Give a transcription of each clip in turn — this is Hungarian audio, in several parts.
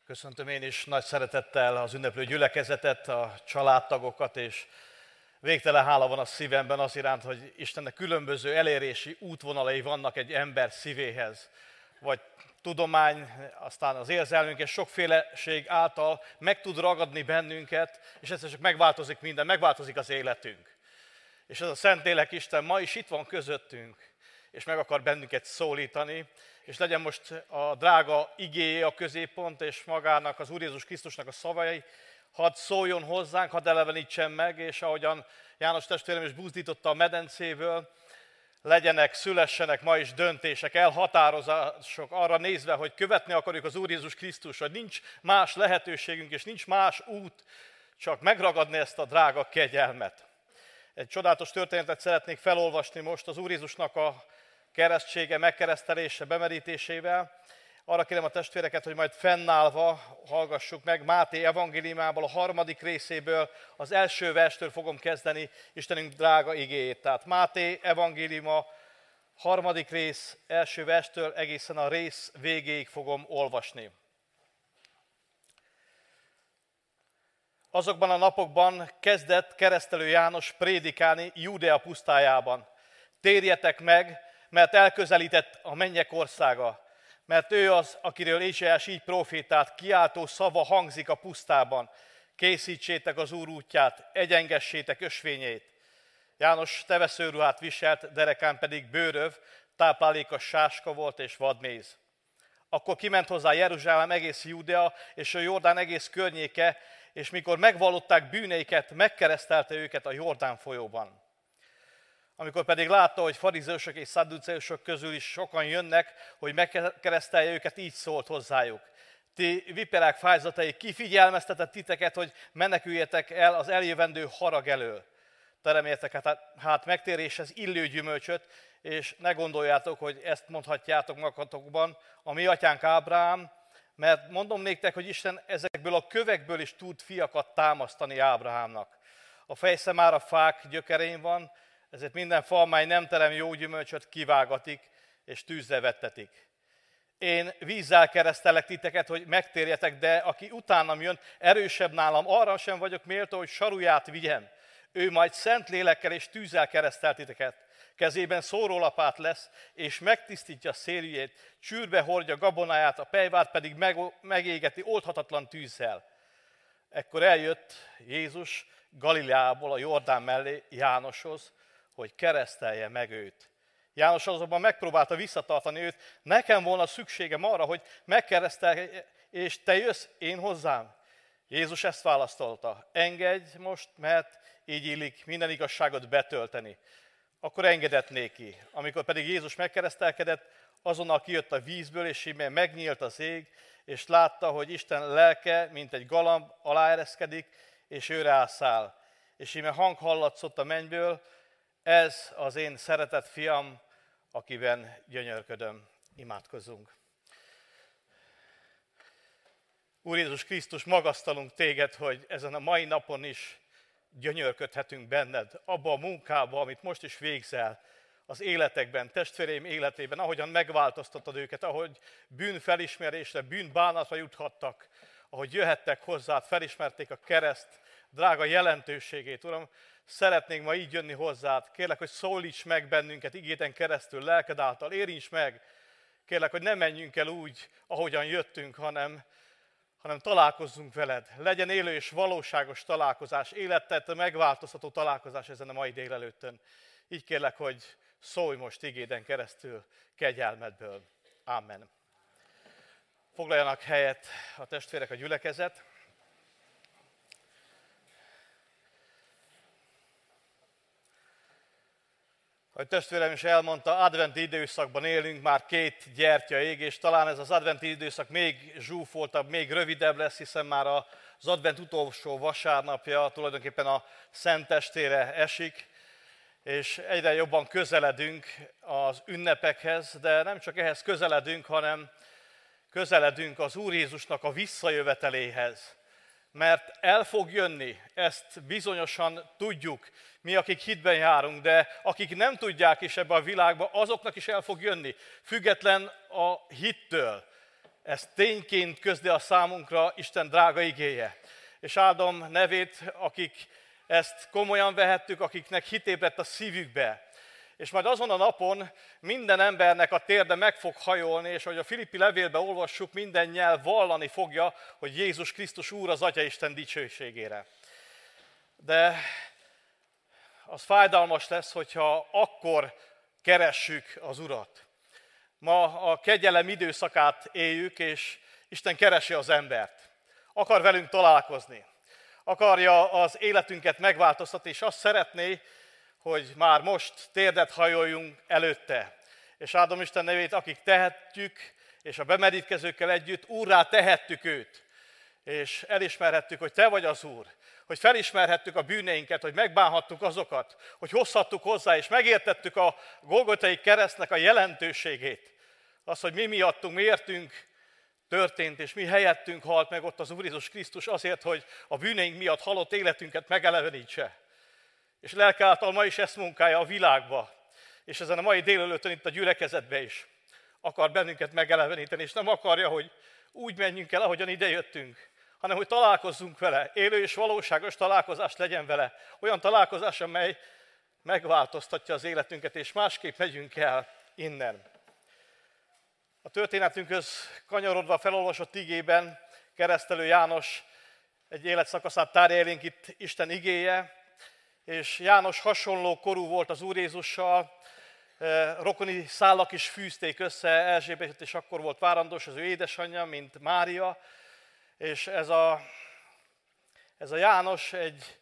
Köszöntöm én is nagy szeretettel az ünneplő gyülekezetet, a családtagokat, és végtelen hála van a szívemben az iránt, hogy Istennek különböző elérési útvonalai vannak egy ember szívéhez. Vagy tudomány, aztán az érzelmünk és sokféleség által meg tud ragadni bennünket, és egyszer csak megváltozik minden, megváltozik az életünk. És ez a Szentlélek Isten ma is itt van közöttünk, és meg akar bennünket szólítani, és legyen most a drága igéje a középpont, és magának, az Úr Jézus Krisztusnak a szavai, hadd szóljon hozzánk, hadd elevenítsen meg, és ahogyan János testvérem is buzdította a medencéből, legyenek, szülessenek ma is döntések, elhatározások arra nézve, hogy követni akarjuk az Úr Jézus Krisztus, hogy nincs más lehetőségünk, és nincs más út, csak megragadni ezt a drága kegyelmet. Egy csodálatos történetet szeretnék felolvasni most az Úr Jézusnak a keresztsége, megkeresztelése, bemerítésével. Arra kérem a testvéreket, hogy majd fennállva hallgassuk meg Máté evangéliumából a 3. részéből, az első verstől fogom kezdeni Istenünk drága igéjét. Tehát Máté evangéliuma 3. rész első verstől egészen a rész végéig fogom olvasni. Azokban a napokban kezdett keresztelő János prédikálni Júdea pusztájában. Térjetek meg, mert elközelített a mennyek országa. Mert ő az, akiről Ézsaiás így profétált, kiáltó szava hangzik a pusztában. Készítsétek az Úr útját, egyengessétek ösvényét. János teveszőruhát viselt, derekán pedig bőröv, táplálékos sáska volt és vadméz. Akkor kiment hozzá Jeruzsálem, egész Júdea és a Jordán egész környéke, és mikor megvallották bűneiket, megkeresztelte őket a Jordán folyóban. Amikor pedig látta, hogy farizeusok és szadduceusok közül is sokan jönnek, hogy megkeresztelje őket, így szólt hozzájuk. Ti viperák fájzatai, ki figyelmeztetett titeket, hogy meneküljetek el az eljövendő harag elől. Teremjetek hát megtéréshez illő gyümölcsöt, és ne gondoljátok, hogy ezt mondhatjátok magatokban, a mi atyánk Ábrahám, mert mondom néktek, hogy Isten ezekből a kövekből is tud fiakat támasztani Ábrahámnak. A fejsze már a fák gyökerén van, ezért minden fa, mely nem terem jó gyümölcsöt, kivágatik, és tűzre vettetik. Én vízzel keresztelek titeket, hogy megtérjetek, de aki utánam jön, erősebb nálam, arra sem vagyok méltó, hogy saruját vigyem. Ő majd szent lélekkel és tűzzel keresztel titeket. Kezében szórólapát lesz, és megtisztítja széljét, csűrbe hordja gabonáját, a pejvát pedig megégeti oldhatatlan tűzzel. Ekkor eljött Jézus Galileából a Jordán mellé Jánoshoz, hogy keresztelje meg őt. János azonban megpróbálta visszatartani őt, nekem volna szükségem arra, hogy megkeresztelje, és te jössz én hozzám. Jézus ezt választolta, engedj most, mert így illik minden igazságot betölteni. Akkor engedett néki. Amikor pedig Jézus megkeresztelkedett, azonnal kijött a vízből, és íme megnyílt az ég, és látta, hogy Isten lelke, mint egy galamb aláereszkedik, és őre ászáll. És íme hang hallatszott a mennyből, ez az én szeretett fiam, akiben gyönyörködöm. Imádkozzunk. Úr Jézus Krisztus, magasztalunk téged, hogy ezen a mai napon is gyönyörködhetünk benned, abba a munkába, amit most is végzel, az életekben, testvéreim életében, ahogyan megváltoztattad őket, ahogy bűnfelismerésre, bűnbánatra juthattak, ahogy jöhettek hozzád, felismerték a kereszt drága jelentőségét. Uram, szeretnénk ma így jönni hozzád. Kérlek, hogy szólíts meg bennünket igéden keresztül, lelked által, érints meg. Kérlek, hogy ne menjünk el úgy, ahogyan jöttünk, hanem találkozzunk veled. Legyen élő és valóságos találkozás, életet megváltoztató találkozás ezen a mai délelőttön. Így kérlek, hogy szólj most igéden keresztül kegyelmedből. Amen. Foglaljanak helyet a testvérek, a gyülekezet. Ahogy testvérem is elmondta, adventi időszakban élünk, már 2 gyertya ég, és talán ez az adventi időszak még zsúfoltabb, még rövidebb lesz, hiszen már az advent utolsó vasárnapja tulajdonképpen a Szentestére esik, és egyre jobban közeledünk az ünnepekhez, de nem csak ehhez közeledünk, hanem közeledünk az Úr Jézusnak a visszajöveteléhez. Mert el fog jönni, ezt bizonyosan tudjuk, mi, akik hitben járunk, de akik nem tudják is ebbe a világba, azoknak is el fog jönni, független a hittől. ezt tényként közli a számunkra Isten drága igéje. És áldom nevét, akik ezt komolyan vehettük, akiknek hitébredt a szívükbe. És majd azon a napon minden embernek a térde meg fog hajolni, és ahogy a Filippi levélben olvassuk, minden nyelv vallani fogja, hogy Jézus Krisztus Úr az Atyaisten dicsőségére. De az fájdalmas lesz, hogyha akkor keressük az Urat. Ma a kegyelem időszakát éljük, és Isten keresi az embert. Akar velünk találkozni. Akarja az életünket megváltoztatni, és azt szeretné, hogy már most térdet hajoljunk előtte. És áldom Isten nevét, akik tehetjük, és a bemerítkezőkkel együtt úrrá tehettük őt. És elismerhettük, hogy te vagy az Úr. Hogy felismerhettük a bűneinket, hogy megbánhattuk azokat, hogy hozhattuk hozzá, és megértettük a Golgotai keresztnek a jelentőségét. Az, hogy mi miattunk, mi értünk történt, és mi helyettünk halt meg ott az Úr Jézus Krisztus azért, hogy a bűneink miatt halott életünket megelevenítse. És lelke által ma is ezt munkálja a világba, és ezen a mai délelőttön itt a gyülekezetbe is akar bennünket megeleveníteni, és nem akarja, hogy úgy menjünk el, ahogyan idejöttünk, hanem hogy találkozzunk vele, élő és valóságos találkozás legyen vele, olyan találkozás, amely megváltoztatja az életünket, és másképp megyünk el innen. A történetünkhöz kanyarodva felolvasott igében Keresztelő János egy életszakaszát tárja elénk itt Isten igéje, és János hasonló korú volt az Úr Jézussal, rokoni szálak is fűzték össze, Erzsébet is akkor volt várandós, az ő édesanyja, mint Mária, és ez a János egy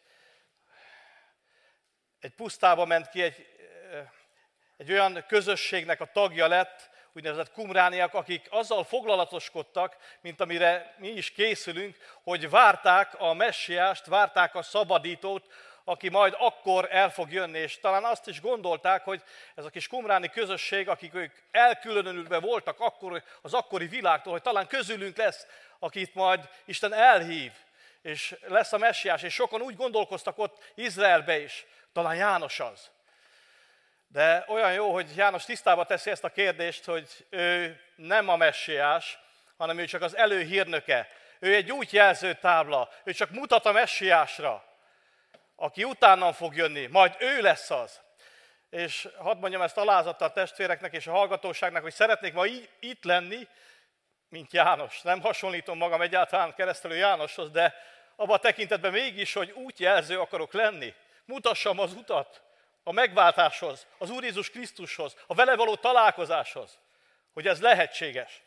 pusztába ment ki, egy olyan közösségnek a tagja lett, úgynevezett kumrániak, akik azzal foglalatoskodtak, mint amire mi is készülünk, hogy várták a messiást, várták a szabadítót, aki majd akkor el fog jönni, és talán azt is gondolták, hogy ez a kis kumráni közösség, akik ők elkülönülve voltak akkor, az akkori világtól, hogy talán közülünk lesz, akit majd Isten elhív, és lesz a messiás, és sokan úgy gondolkoztak ott Izraelbe is, talán János az. De olyan jó, hogy János tisztába teszi ezt a kérdést, hogy ő nem a messiás, hanem ő csak az előhírnöke. Ő egy útjelző tábla, ő csak mutat a messiásra, aki utánam fog jönni, majd ő lesz az. És hadd mondjam ezt alázattal a testvéreknek és a hallgatóságnak, hogy szeretnék ma itt lenni, mint János. Nem hasonlítom magam egyáltalán Keresztelő Jánoshoz, de abban a tekintetben mégis, hogy útjelző akarok lenni. Mutassam az utat a megváltáshoz, az Úr Jézus Krisztushoz, a vele való találkozáshoz, hogy ez lehetséges.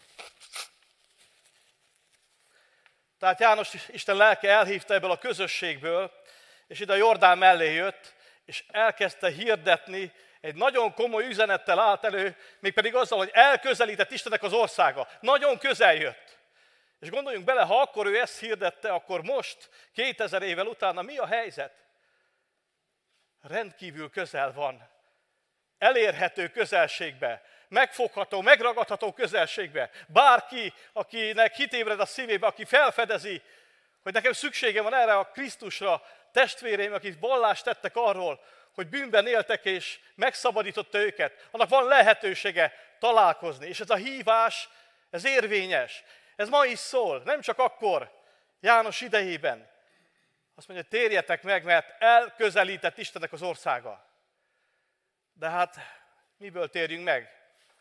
Tehát János Isten lelke elhívta ebből a közösségből, és ide a Jordán mellé jött, és elkezdte hirdetni, egy nagyon komoly üzenettel állt elő, mégpedig azzal, hogy elközelített Istennek az országa. Nagyon közel jött. És gondoljunk bele, ha akkor ő ezt hirdette, akkor most, 2000 évvel utána mi a helyzet? Rendkívül közel van. Elérhető közelségbe. Megfogható, megragadható közelségbe. Bárki, akinek hitébred a szívébe, aki felfedezi, hogy nekem szükségem van erre a Krisztusra, testvéreim, akik vallást tettek arról, hogy bűnben éltek és megszabadította őket, annak van lehetősége találkozni. És ez a hívás, ez érvényes. Ez ma is szól, nem csak akkor, János idejében. Azt mondja, hogy térjetek meg, mert elközelített Istennek az országa. De hát miből térjünk meg?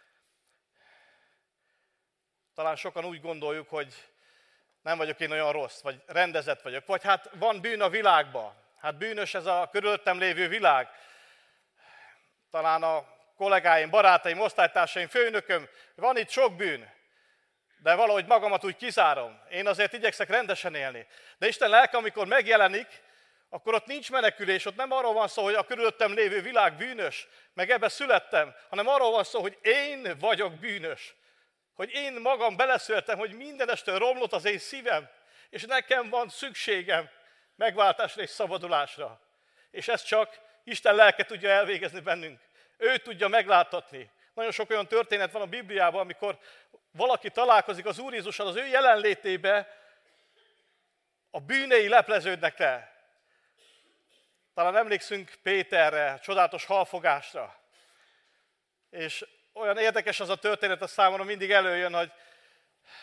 Talán sokan úgy gondoljuk, hogy nem vagyok én olyan rossz, vagy rendezett vagyok, vagy hát van bűn a világban. Hát bűnös ez a körülöttem lévő világ. Talán a kollégáim, barátaim, osztálytársaim, főnököm, van itt sok bűn, de valahogy magamat úgy kizárom. Én azért igyekszek rendesen élni. De Isten lelke, amikor megjelenik, akkor ott nincs menekülés, ott nem arról van szó, hogy a körülöttem lévő világ bűnös, meg ebbe születtem, hanem arról van szó, hogy én vagyok bűnös. Hogy én magam beleszülettem, hogy mindenestől romlott az én szívem, és nekem van szükségem megváltásra és szabadulásra. És ezt csak Isten lelke tudja elvégezni bennünk. Ő tudja megláttatni. Nagyon sok olyan történet van a Bibliában, amikor valaki találkozik az Úr Jézussal, az ő jelenlétébe, a bűnei lepleződnek le. Talán emlékszünk Péterre, csodálatos halfogásra. És olyan érdekes az a történet, a számomra mindig előjön, hogy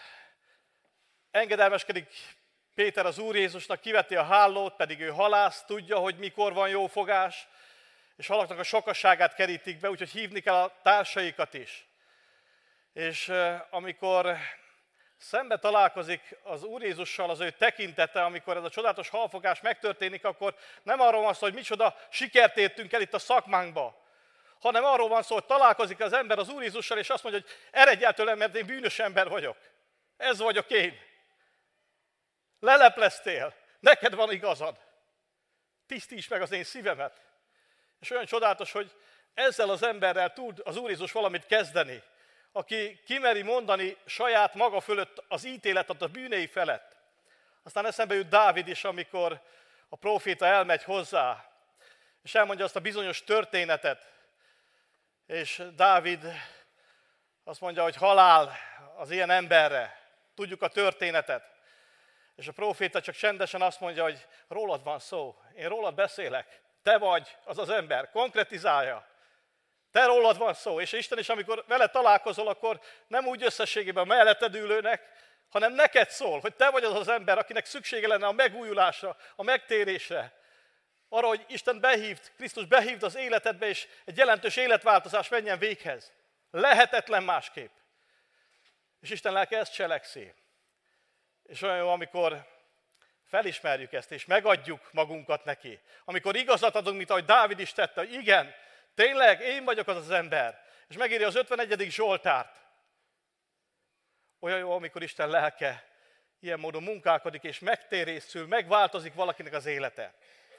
engedelmeskedik Péter az Úr Jézusnak, kiveti a hálót, pedig ő halász, tudja, hogy mikor van jó fogás, és halaknak a sokasságát kerítik be, úgyhogy hívni kell a társaikat is. És amikor szembe találkozik az Úr Jézussal az ő tekintete, amikor ez a csodálatos halfogás megtörténik, akkor nem arról van szó, hogy micsoda sikert értünk el itt a szakmánkba, hanem arról van szó, hogy találkozik az ember az Úr Jézussal, és azt mondja, hogy eredj el tőlem, mert én bűnös ember vagyok. Ez vagyok én. Lelepleztél, neked van igazad. Tisztíts meg az én szívemet. És olyan csodálatos, hogy ezzel az emberrel tud az Úr Jézus valamit kezdeni, aki kimeri mondani saját maga fölött az ítéletet a bűnei felett. Aztán eszembe jut Dávid is, amikor a próféta elmegy hozzá, és elmondja azt a bizonyos történetet, és Dávid azt mondja, hogy halál az ilyen emberre. Tudjuk a történetet. És a próféta csak csendesen azt mondja, hogy rólad van szó, én rólad beszélek. Te vagy az az ember, konkretizálja. Te rólad van szó, és Isten is, amikor vele találkozol, akkor nem úgy összességében a melletted ülőnek, hanem neked szól, hogy te vagy az az ember, akinek szüksége lenne a megújulásra, a megtérésre. Arra, hogy Isten behívt, Krisztus behívt az életedbe, és egy jelentős életváltozás menjen véghez. Lehetetlen másképp. És Isten lelke ezt cselekszi. És olyan jó, amikor felismerjük ezt, és megadjuk magunkat neki. Amikor igazat adunk, mint ahogy Dávid is tette, hogy igen, tényleg én vagyok az az ember. És megírja az 51. Zsoltárt. Olyan jó, amikor Isten lelke ilyen módon munkálkodik, és megtérészül, megváltozik valakinek az élete.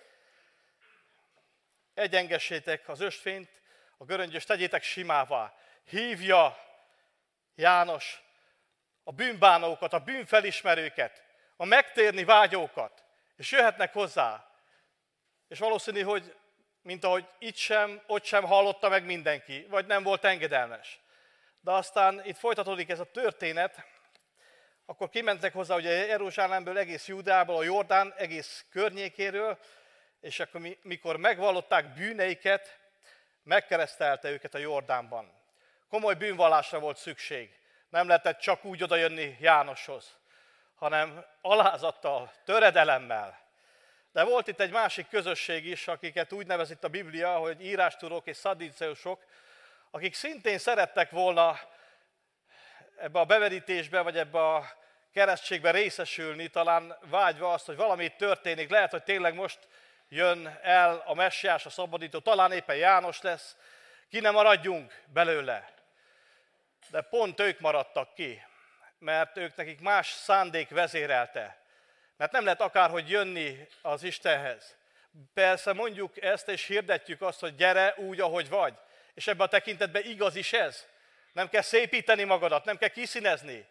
Egyengessétek az ösvényt, a göröngyöst tegyétek simává. Hívja János a bűnbánókat, a bűnfelismerőket, a megtérni vágyókat, és jöhetnek hozzá. És valószínű, hogy mint ahogy itt sem, ott sem hallotta meg mindenki, vagy nem volt engedelmes. De aztán itt folytatódik ez a történet, akkor kimentek hozzá ugye Jeruzsálemből, egész Júdeából, a Jordán egész környékéről, és akkor mikor megvallották bűneiket, megkeresztelte őket a Jordánban. Komoly bűnvallásra volt szükség. Nem lehetett csak úgy odajönni Jánoshoz, hanem alázattal, töredelemmel. De volt itt egy másik közösség is, akiket úgy nevez itt a Biblia, hogy írástudók és szadduceusok, akik szintén szerettek volna ebbe a bemerítésbe, vagy ebbe a keresztségbe részesülni, talán vágyva azt, hogy valami történik. Lehet, hogy tényleg most jön el a messiás, a szabadító, talán éppen János lesz, ki nem maradjunk belőle. De pont ők maradtak ki, mert ők nekik más szándék vezérelte. Mert nem lehet akárhogy jönni az Istenhez. Persze mondjuk ezt, és hirdetjük azt, hogy gyere úgy, ahogy vagy. És ebben a tekintetben igaz is ez. Nem kell szépíteni magadat, nem kell kiszínezni.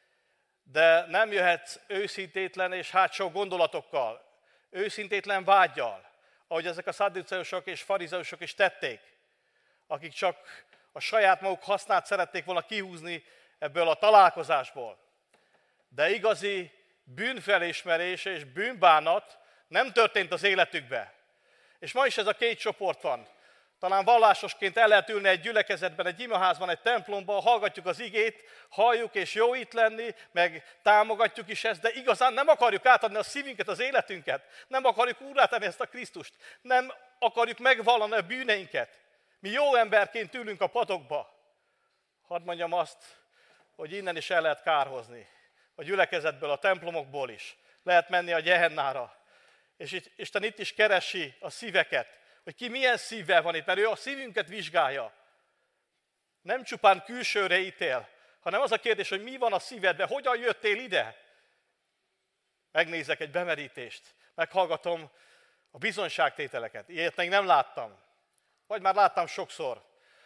De nem jöhetsz őszintétlen és hátsó gondolatokkal, őszintétlen vággyal, ahogy ezek a szadduceusok és farizeusok is tették, akik csak a saját maguk hasznát szerették volna kihúzni ebből a találkozásból. De igazi bűnfelismerés és bűnbánat nem történt az életükbe. És ma is ez a két csoport van. Talán vallásosként el lehet ülni egy gyülekezetben, egy imaházban, egy templomban, hallgatjuk az igét, halljuk és jó itt lenni, meg támogatjuk is ezt, de igazán nem akarjuk átadni a szívünket, az életünket. Nem akarjuk úrrá tenni ezt a Krisztust. Nem akarjuk megvallani a bűneinket. Mi jó emberként ülünk a padokba. Hadd mondjam azt, hogy innen is el lehet kárhozni. A gyülekezetből, a templomokból is. Lehet menni a Gehennára. És Isten itt is keresi a szíveket, hogy ki milyen szívvel van itt, mert ő a szívünket vizsgálja. Nem csupán külsőre ítél, hanem az a kérdés, hogy mi van a szívedben, hogyan jöttél ide? Megnézek egy bemerítést, meghallgatom a bizonyságtételeket. Ilyet még nem láttam. Vagy már láttam sokszor.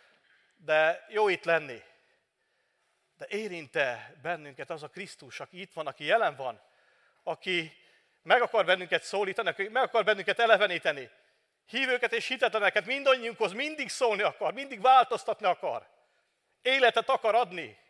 De jó itt lenni. De érinte bennünket az a Krisztus, aki itt van, aki jelen van, aki meg akar bennünket szólítani, aki meg akar bennünket eleveníteni. Hívőket és hitetleneket mindannyiunkhoz mindig szólni akar, mindig változtatni akar. Életet akar adni.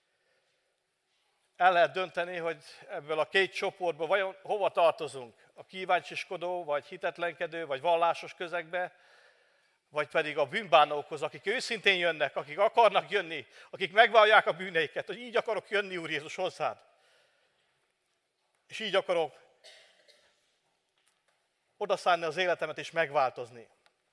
El lehet dönteni, hogy ebből a két csoportból vajon hova tartozunk. A kíváncsiskodó, vagy hitetlenkedő, vagy vallásos közegbe, vagy pedig a bűnbánókhoz, akik őszintén jönnek, akik akarnak jönni, akik megvallják a bűneiket, hogy így akarok jönni, Úr Jézus, hozzád. és így akarok odaszánni az életemet és megváltozni.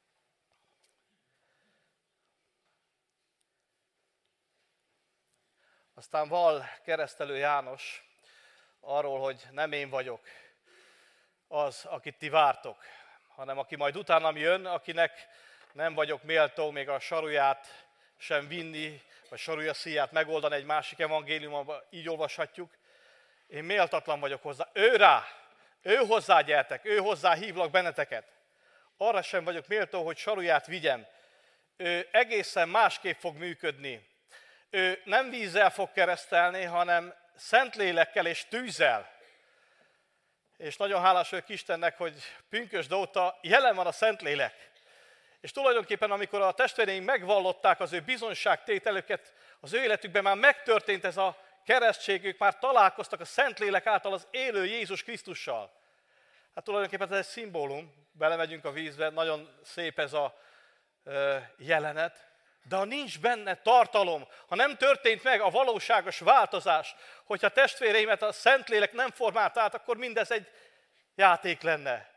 Aztán val Keresztelő János arról, hogy nem én vagyok az, akit ti vártok, hanem aki majd utánam jön, akinek nem vagyok méltó még a saruját sem vinni, vagy sarúja szíját megoldani, egy másik evangéliumban így olvashatjuk. Én méltatlan vagyok hozzá. Ő hozzá gyertek, ő hozzá hívlak benneteket. Arra sem vagyok méltó, hogy saruját vigyem. Ő egészen másképp fog működni. Ő nem vízzel fog keresztelni, hanem Szentlélekkel és tűzzel. És nagyon hálás vagyok Istennek, hogy pünkösd óta jelen van a Szentlélek. És tulajdonképpen, amikor a testvéreink megvallották az ő bizonyságtételüket, az ő életükben már megtörtént ez a keresztségük, már találkoztak a Szentlélek által az élő Jézus Krisztussal. Hát tulajdonképpen ez egy szimbólum, belemegyünk a vízbe, nagyon szép ez a jelenet, de ha nincs benne tartalom, ha nem történt meg a valóságos változás, hogyha testvéreimet a Szentlélek nem formált át, akkor mindez egy játék lenne.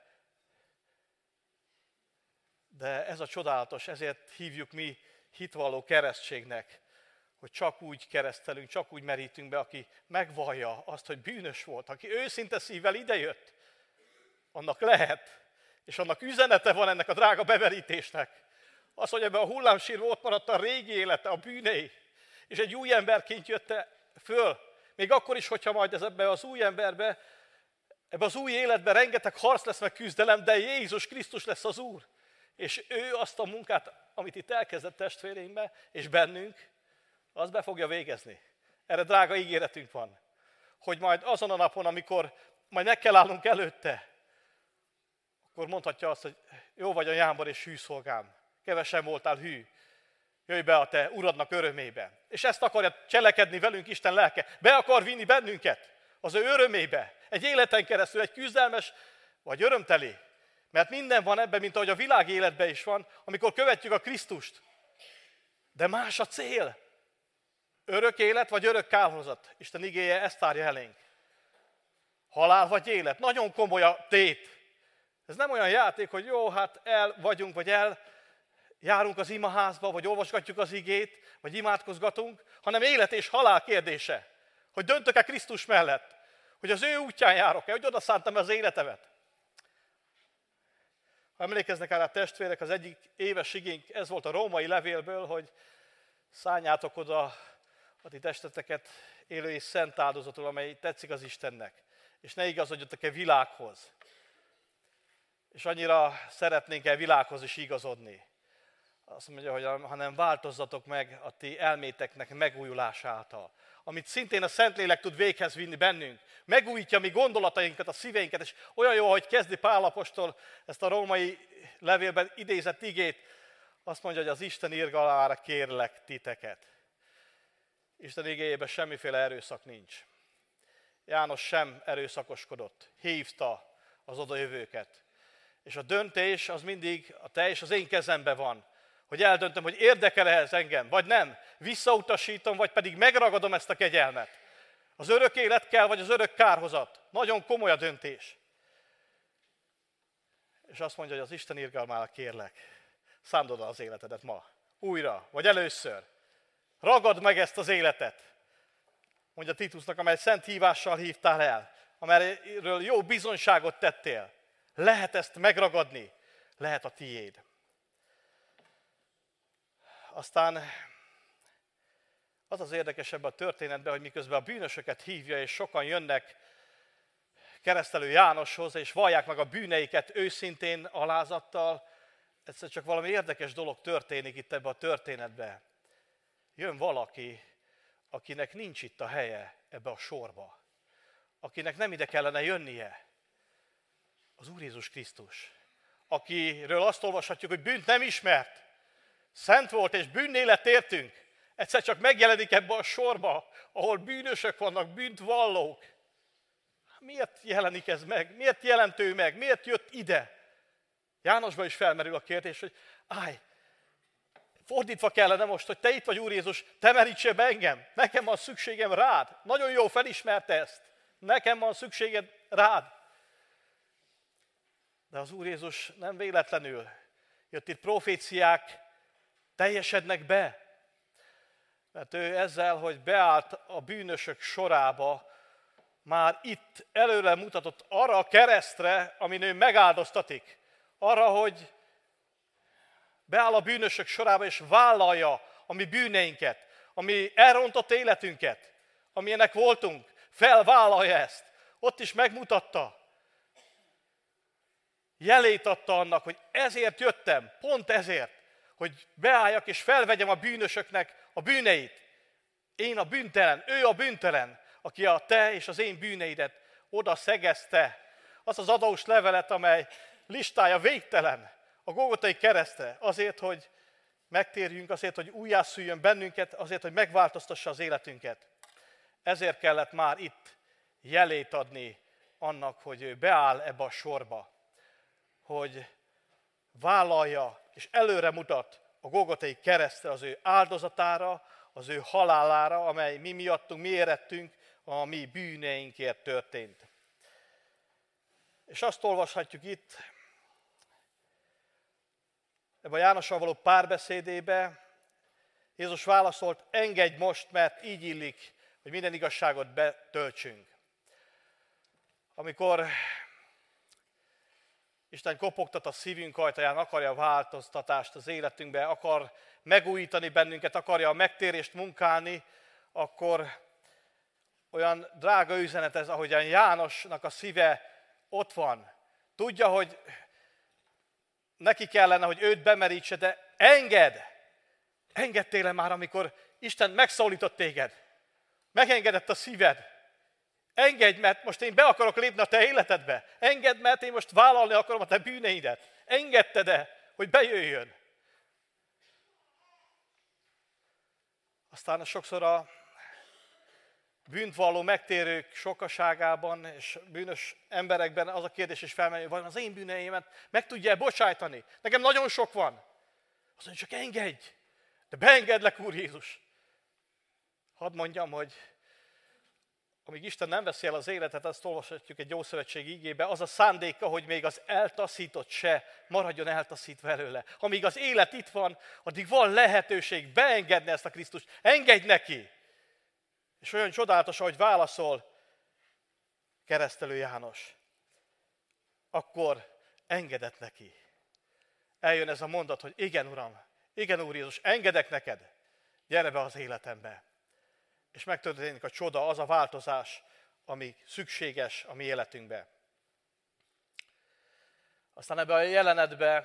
De ez a csodálatos, ezért hívjuk mi hitvalló keresztségnek, hogy csak úgy keresztelünk, csak úgy merítünk be, aki megvallja azt, hogy bűnös volt, aki őszinte szívvel idejött, annak lehet, és annak üzenete van ennek a drága beverítésnek. Az, hogy ebben a hullámsírban ott maradt a régi élete, a bűnei, és egy új emberként jött föl, még akkor is, hogyha majd ez ebbe az új emberbe, ebbe az új életben rengeteg harc lesz, meg küzdelem, de Jézus Krisztus lesz az Úr. És ő azt a munkát, amit itt elkezdett testvéreinkbe, és bennünk, az be fogja végezni. Erre drága ígéretünk van. Hogy majd azon a napon, amikor majd meg kell állnunk előtte, akkor mondhatja azt, hogy jó vagy a jámbor és hű szolgám. Kevesen voltál hű. Jöjj be a te uradnak örömébe. És ezt akarja cselekedni velünk Isten lelke. Be akar vinni bennünket az ő örömébe. Egy életen keresztül, egy küzdelmes vagy örömteli. Mert minden van ebben, mint ahogy a világ életben is van, amikor követjük a Krisztust. De más a cél. Örök élet vagy örök kárhozat. Isten igéje ezt tárja elénk. Halál vagy élet. Nagyon komoly a tét. Ez nem olyan játék, hogy jó, hát el vagyunk, vagy járunk az imaházba, vagy olvasgatjuk az igét, vagy imádkozgatunk, hanem élet és halál kérdése. Hogy döntök-e Krisztus mellett? Hogy az ő útján járok-e? Hogy oda szántam az életemet? Ha emlékeznek rá a testvérek, az egyik éves igénk ez volt a római levélből, hogy szálljátok oda a ti testeteket élő és szent áldozatul, amely tetszik az Istennek. És ne igazodjatok-e világhoz. És annyira szeretnénk-e világhoz is igazodni. Azt mondja, hogy hanem változzatok meg a ti elméteknek megújulása által. Amit szintén a Szentlélek tud véghez vinni bennünk. Megújítja mi gondolatainkat, a szíveinket, és olyan jó, hogy kezdi Pál apostol ezt a római levélben idézett igét, azt mondja, hogy az Isten irgalmára kérlek titeket. Isten igéjében semmiféle erőszak nincs. János sem erőszakoskodott, hívta az odajövőket. És a döntés az mindig a te és az én kezemben van. Hogy eldöntöm, hogy érdekel ez engem, vagy nem. Visszautasítom, vagy pedig megragadom ezt a kegyelmet. Az örök élet kell, vagy az örök kárhozat. Nagyon komoly a döntés. És azt mondja, hogy az Isten irgalmára kérlek, szánd oda az életedet ma. Újra, vagy először. Ragad meg ezt az életet. Mondja Titusnak, amely szent hívással hívtál el, amelyről jó bizonyságot tettél. Lehet ezt megragadni, lehet a tiéd. Aztán az az érdekesebb a történetben, hogy miközben a bűnösöket hívja, és sokan jönnek Keresztelő Jánoshoz, és vallják meg a bűneiket őszintén, alázattal, egyszer csak valami érdekes dolog történik itt ebben a történetben. Jön valaki, akinek nincs itt a helye ebbe a sorba, akinek nem ide kellene jönnie, az Úr Jézus Krisztus, akiről azt olvashatjuk, hogy bűnt nem ismert, szent volt és bűnné lett értünk, egyszer csak megjelenik ebbe a sorba, ahol bűnösök vannak, bűnt vallók. Miért jelenik ez meg? Miért jelent ő meg? Miért jött ide? Jánosban is felmerül a kérdés, hogy fordítva kellene most, hogy te itt vagy, Úr Jézus, te merítsél be engem, nekem van szükségem rád. Nagyon jó, felismerte ezt. nekem van szükséged rád. De az Úr Jézus nem véletlenül jött, itt proféciák teljesednek be. Mert ő ezzel, hogy beállt a bűnösök sorába, már itt előre mutatott arra a keresztre, amin ő megáldoztatik. Arra, hogy beáll a bűnösök sorába, és vállalja a mi bűneinket, ami elrontott életünket, amilyenek voltunk, felvállalja ezt. Ott is megmutatta. Jelét adta annak, hogy ezért jöttem, pont ezért, hogy beálljak és felvegyem a bűnösöknek a bűneit. Én a bűntelen, ő a bűntelen, aki a te és az én bűneidet oda szegezte. Az az adós levelet, amely listája végtelen a Golgotai keresztre, azért, hogy megtérjünk, azért, hogy újjászüljön bennünket, azért, hogy megváltoztassa az életünket. Ezért kellett már itt jelét adni annak, hogy ő beáll ebbe a sorba, hogy vállalja és előre mutat a Golgotai keresztre, az ő áldozatára, az ő halálára, amely mi miattunk, mi érettünk, a mi bűneinkért történt. És azt olvashatjuk itt, ebben a Jánossal való párbeszédébe, Jézus válaszolt, engedj most, mert így illik, hogy minden igazságot betöltsünk. Amikor Isten kopogtat a szívünk ajtaján, akarja a változtatást az életünkbe, akar megújítani bennünket, akarja a megtérést munkálni, akkor olyan drága üzenet ez, ahogyan Jánosnak a szíve ott van. Tudja, hogy neki kellene, hogy őt bemerítse, de engedtél már, amikor Isten megszólított téged. Megengedett a szíved. Engedj, mert most én be akarok lépni a te életedbe. Engedd, mert én most vállalni akarom a te bűneidet. Engedted-e, hogy bejöjjön? Aztán sokszor a bűntvalló megtérők sokaságában és bűnös emberekben az a kérdés is felmerül, hogy vajon az én bűneimet meg tudja bocsájtani? Nekem nagyon sok van. Azt mondja, csak engedj, de beengedlek, Úr Jézus. Hadd mondjam, hogy amíg Isten nem veszi el az életet, azt olvashatjuk egy ószövetségi igébe, az a szándéka, hogy még az eltaszított se maradjon eltaszítva előle. Amíg az élet itt van, addig van lehetőség beengedni ezt a Krisztust. Engedj neki! És olyan csodálatos, ahogy válaszol Keresztelő János. Akkor engedett neki. Eljön ez a mondat, hogy igen, Uram, igen, Úr Jézus, engedek neked. Gyere be az életembe. És megtörténik a csoda, az a változás, ami szükséges a mi életünkbe. Aztán ebbe a jelenetbe,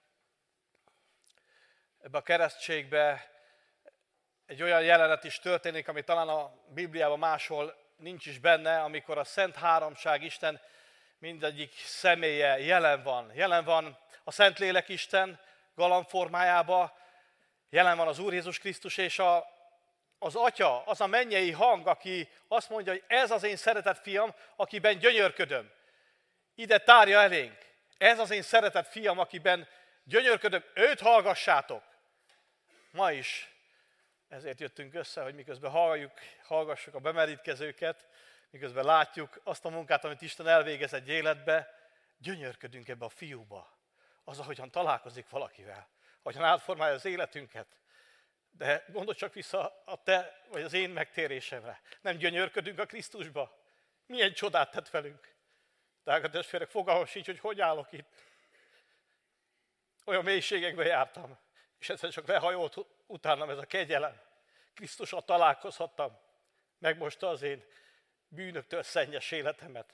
ebbe a keresztségbe egy olyan jelenet is történik, ami talán a Bibliában máshol nincs is benne, amikor a Szent Háromság, Isten mindegyik személye jelen van. Jelen van a Szentlélek Isten galamb formájában, jelen van az Úr Jézus Krisztus és az Atya, az a mennyei hang, aki azt mondja, hogy ez az én szeretett fiam, akiben gyönyörködöm. Ide tárja elénk. Ez az én szeretett fiam, akiben gyönyörködöm, őt hallgassátok. Ma is ezért jöttünk össze, hogy miközben hallgassuk a bemerítkezőket, miközben látjuk azt a munkát, amit Isten elvégez egy életbe, gyönyörködünk ebbe a fiúba. Az, ahogyan találkozik valakivel, ahogyan átformálja az életünket. De gondolj csak vissza a te vagy az én megtérésemre. Nem gyönyörködünk a Krisztusba? Milyen csodát tett velünk? Drága testvérek, fogalmam sincs, hogy állok itt. Olyan mélységekbe jártam, és egyszer csak lehajolt utánam ez a kegyelem. Krisztussal találkozhattam, megmosta az én bűnöktől szennyes életemet.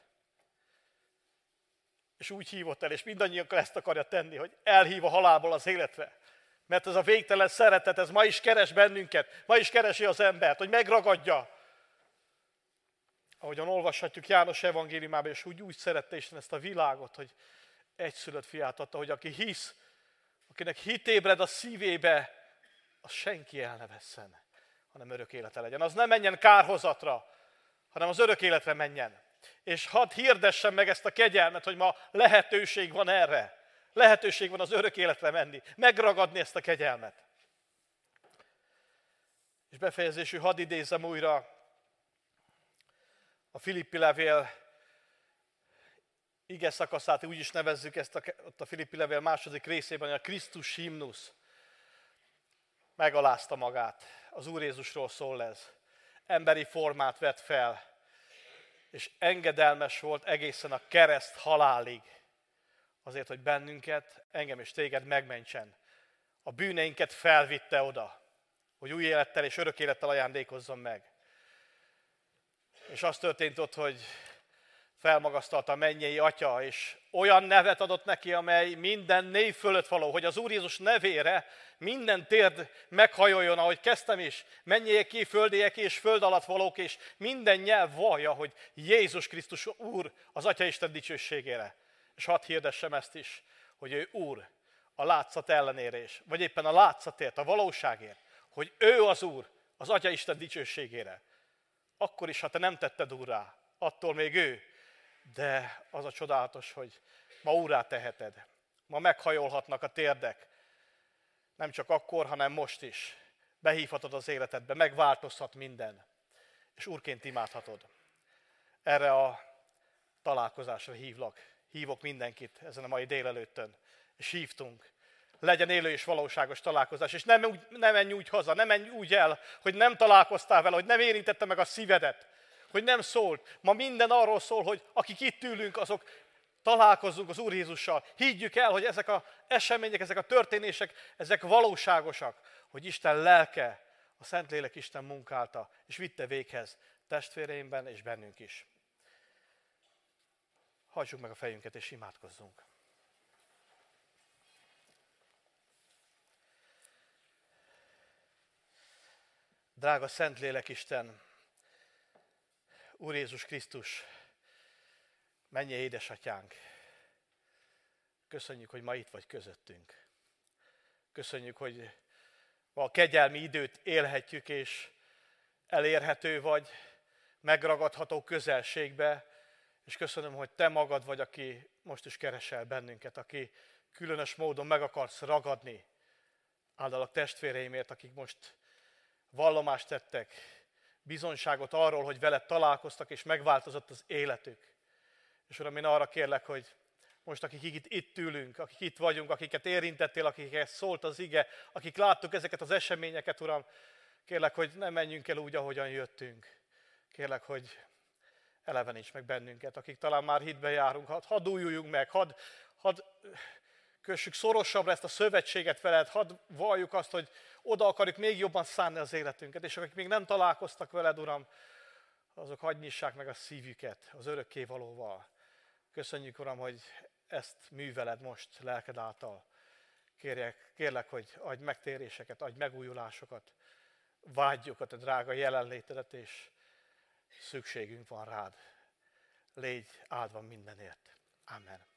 És úgy hívott el, és mindannyiunkkal ezt akarja tenni, hogy elhív a halálból az életre. Mert ez a végtelen szeretet, ez ma is keres bennünket, ma is keresi az embert, hogy megragadja. Ahogyan olvashatjuk János evangéliumában, és úgy szerette Isten ezt a világot, hogy egyszülött fiát adta, hogy aki hisz, akinek hit ébred a szívébe, az senki el ne vesszen, hanem örök élete legyen. Az nem menjen kárhozatra, hanem az örök életre menjen. És hadd hirdessem meg ezt a kegyelmet, hogy ma lehetőség van erre. Lehetőség van az örök életre menni, megragadni ezt a kegyelmet. És befejezésül hadd idézzem újra A Filippi levél ige szakaszát úgy is nevezzük ezt a Filippi levél második részében, hogy a Krisztus himnusz. Megalázta magát. Az Úr Jézusról szól ez. Emberi formát vett fel, és engedelmes volt egészen a kereszt halálig. Azért, hogy bennünket, engem és téged megmentsen. A bűneinket felvitte oda, hogy új élettel és örök élettel ajándékozzon meg. És az történt ott, hogy felmagasztalta a mennyei Atya, és olyan nevet adott neki, amely minden név fölött való, hogy az Úr Jézus nevére minden térd meghajoljon, ahogy kezdtem is, mennyieké, földieké és föld alatt valók, és minden nyelv vallja, hogy Jézus Krisztus Úr az Atya Isten dicsőségére. És hadd hirdessem ezt is, hogy ő Úr a látszat ellenére is, vagy éppen a látszatért, a valóságért, hogy ő az Úr az Atya Isten dicsőségére. Akkor is, ha te nem tetted úrrá, attól még ő. De az a csodálatos, hogy ma úrrá teheted. Ma meghajolhatnak a térdek. Nem csak akkor, hanem most is. Behívhatod az életedbe, megváltozhat minden. És úrként imádhatod. Erre a találkozásra hívok mindenkit ezen a mai délelőttön. És hívtunk. Legyen élő és valóságos találkozás. És nem menj úgy haza, nem menj úgy el, hogy nem találkoztál vele, hogy nem érintette meg a szívedet, hogy nem szólt. Ma minden arról szól, hogy akik itt ülünk, azok találkozzunk az Úr Jézussal. Higgyük el, hogy ezek az események, ezek a történések, ezek valóságosak, hogy Isten lelke, a Szentlélek Isten munkálta, és vitte véghez testvéreimben és bennünk is. Hajtsuk meg a fejünket és imádkozzunk. Drága Szentlélek Isten, Úr Jézus Krisztus, mennyei édesatyánk, köszönjük, hogy ma itt vagy közöttünk. Köszönjük, hogy ma a kegyelmi időt élhetjük, és elérhető vagy, megragadható közelségbe, és köszönöm, hogy te magad vagy, aki most is keresel bennünket, aki különös módon meg akarsz ragadni. Áldalak testvéreimért, akik most vallomást tettek, bizonyságot arról, hogy veled találkoztak, és megváltozott az életük. És Uram, én arra kérlek, hogy most akik itt ülünk, akik itt vagyunk, akiket érintettél, akikhez szólt az ige, akik láttuk ezeket az eseményeket, Uram, kérlek, hogy ne menjünk el úgy, ahogyan jöttünk. Kérlek, hogy eleveníts meg bennünket, akik talán már hitbe járunk, hadd újuljunk meg, hadd kössük szorosabbra ezt a szövetséget veled, hadd valljuk azt, hogy oda akarjuk még jobban szánni az életünket, és akik még nem találkoztak veled, Uram, azok hadd nyissák meg a szívüket az örökkévalóval. Köszönjük, Uram, hogy ezt műveled most lelked által. Kérlek, hogy adj megtéréseket, adj megújulásokat, vágyjuk a te drága jelenlétedet, és szükségünk van rád. Légy áldva mindenért. Amen.